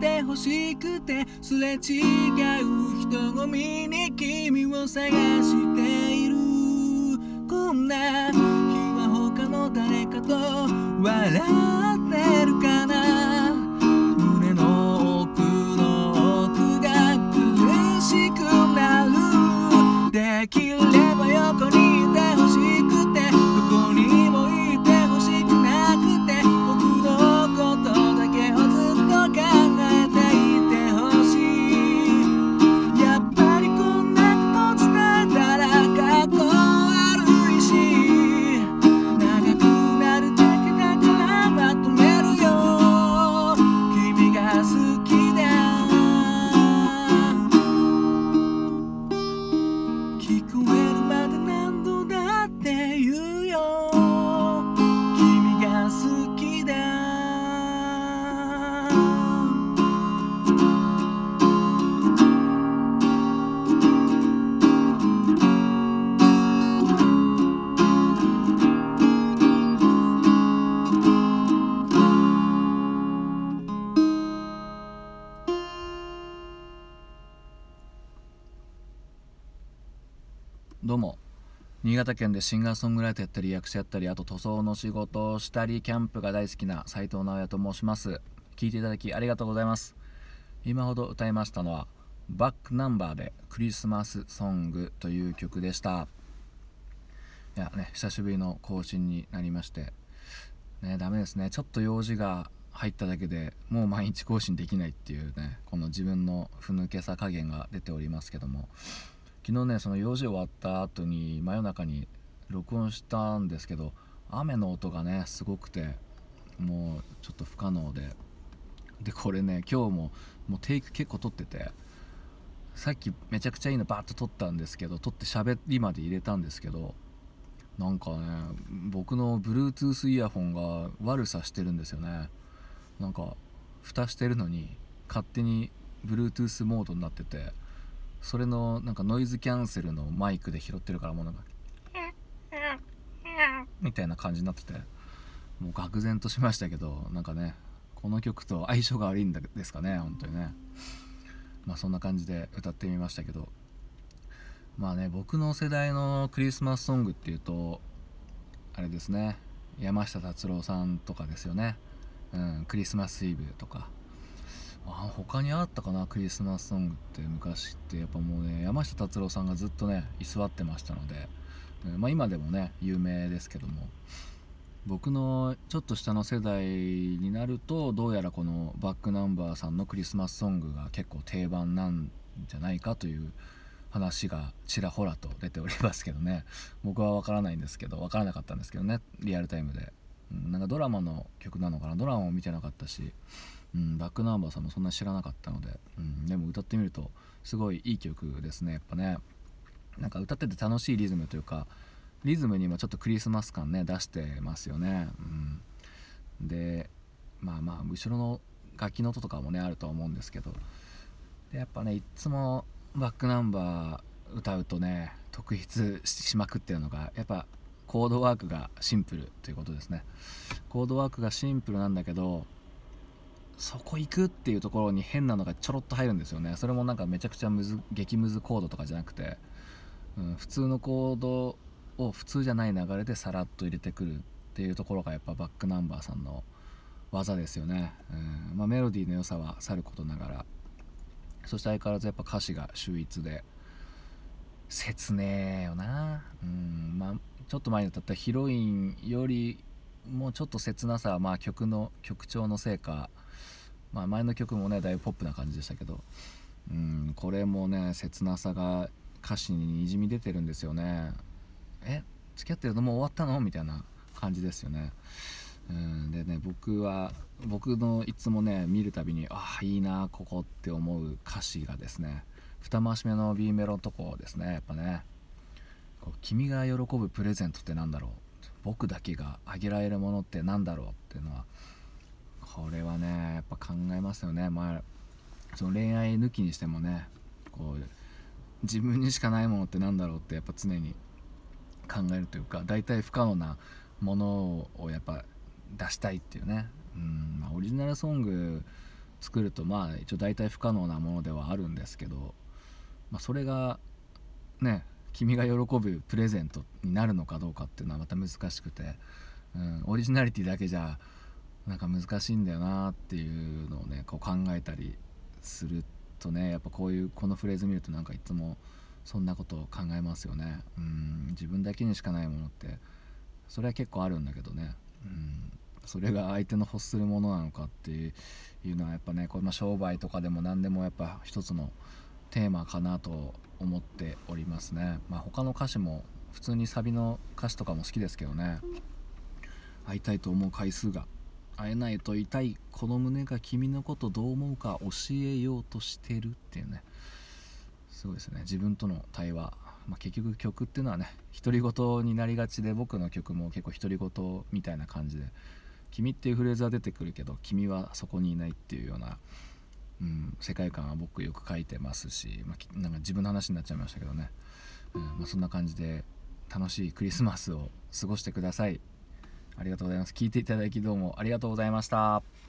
てほしくて、すれ違う人混みに君を探している。こんな日は他の誰かと笑ってるかな。胸の奥の奥が苦しくなる。できれば横にいてほしくて、どこにもいてほしくなくて、僕のことだけをずっと考えていてほしい。やっぱりこんなこと伝えたらかっこ悪いし、長くなるだけだからまとめるよ。君が好きだ。聞こえるまで何度だって言うよ。君が好きだ。どうも、新潟県でシンガーソングライターやったり役者やったり、あと塗装の仕事をしたりキャンプが大好きな斉藤直哉と申します。聞いていただきありがとうございます。今ほど歌いましたのはバックナンバーでクリスマスソングという曲でした。いやね、久しぶりの更新になりましてね、ダメですね。ちょっと用事が入っただけでもう毎日更新できないっていうね、この自分のふぬけさ加減が出ておりますけども、昨日ね、その用事終わった後に真夜中に録音したんですけど、雨の音がねすごくて、もうちょっと不可能でこれね、今日もうテイク結構撮ってて、さっきめちゃくちゃいいのバーッと撮ったんですけど、撮って喋りまで入れたんですけど、なんかね、僕の Bluetooth イヤホンが悪さしてるんですよね。なんか蓋してるのに勝手に Bluetooth モードになってて、それのなんかノイズキャンセルのマイクで拾ってるから、もうなんかみたいな感じになってて、もう愕然としましたけど、なんかね、この曲と相性が悪いんですかね、本当にね。まあそんな感じで歌ってみましたけど、まあね、僕の世代のクリスマスソングっていうとあれですね、山下達郎さんとかですよね。クリスマスイブとか。他にあったかな、クリスマスソングって昔って。やっぱもうね、山下達郎さんがずっとね居座ってましたので、まあ今でもね有名ですけども、僕のちょっと下の世代になるとどうやらこのバックナンバーさんのクリスマスソングが結構定番なんじゃないかという話がちらほらと出ておりますけどね。僕は分からないんですけど、分からなかったんですけどね、リアルタイムで。なんかドラマの曲なのかな、ドラマも見てなかったし、バックナンバーさんもそんなに知らなかったので、でも歌ってみるとすごいいい曲ですね、やっぱね。なんか歌ってて楽しいリズムというか、リズムにもちょっとクリスマス感ね出してますよね。でまあ後ろの楽器の音とかもねあるとは思うんですけど、でやっぱね、いつもバックナンバー歌うとね特筆しまくってるのが、やっぱコードワークがシンプルということですね。コードワークがシンプルなんだけど、そこ行くっていうところに変なのがちょろっと入るんですよね。それもなんかめちゃくちゃ激ムズコードとかじゃなくて、普通のコードを普通じゃない流れでさらっと入れてくるっていうところがやっぱバックナンバーさんの技ですよね。メロディーの良さはさることながら、そして相変わらずやっぱ歌詞が秀逸で切ねえよな。ちょっと前に歌ったヒロインよりもうちょっと切なさは曲調のせいか、前の曲もねだいぶポップな感じでしたけど、これもね切なさが歌詞ににじみ出てるんですよね。付き合ってるのもう終わったのみたいな感じですよね。でね、僕のいつもね見るたびにいいなここって思う歌詞がですね、二回し目の B メロのとこですね。やっぱね、君が喜ぶプレゼントってなんだろう、僕だけがあげられるものってなんだろうっていうのは、これはねやっぱ考えますよね。その恋愛抜きにしてもね、自分にしかないものってなんだろうってやっぱ常に考えるというか、大体不可能なものをやっぱ出したいっていうね。オリジナルソング作るとまあ一応大体不可能なものではあるんですけど、それがね君が喜ぶプレゼントになるのかどうかっていうのはまた難しくて、オリジナリティだけじゃなんか難しいんだよなっていうのをねこう考えたりするとね、やっぱこのフレーズ見るとなんかいつもそんなことを考えますよね。自分だけにしかないものってそれは結構あるんだけどね、それが相手の欲するものなのかっていうのはやっぱねこれ商売とかでも何でもやっぱ一つのテーマかなと思っておりますね。他の歌詞も普通にサビの歌詞とかも好きですけどね。会いたいと思う回数が会えないと痛いこの胸が君のことどう思うか教えようとしてるっていうね、すごいですね。自分との対話、結局曲っていうのはね独り言になりがちで、僕の曲も結構独り言みたいな感じで、君っていうフレーズは出てくるけど君はそこにいないっていうような、世界観は僕よく書いてますし、なんか自分の話になっちゃいましたけどね、そんな感じで楽しいクリスマスを過ごしてください。ありがとうございます。聞いていただきどうもありがとうございました。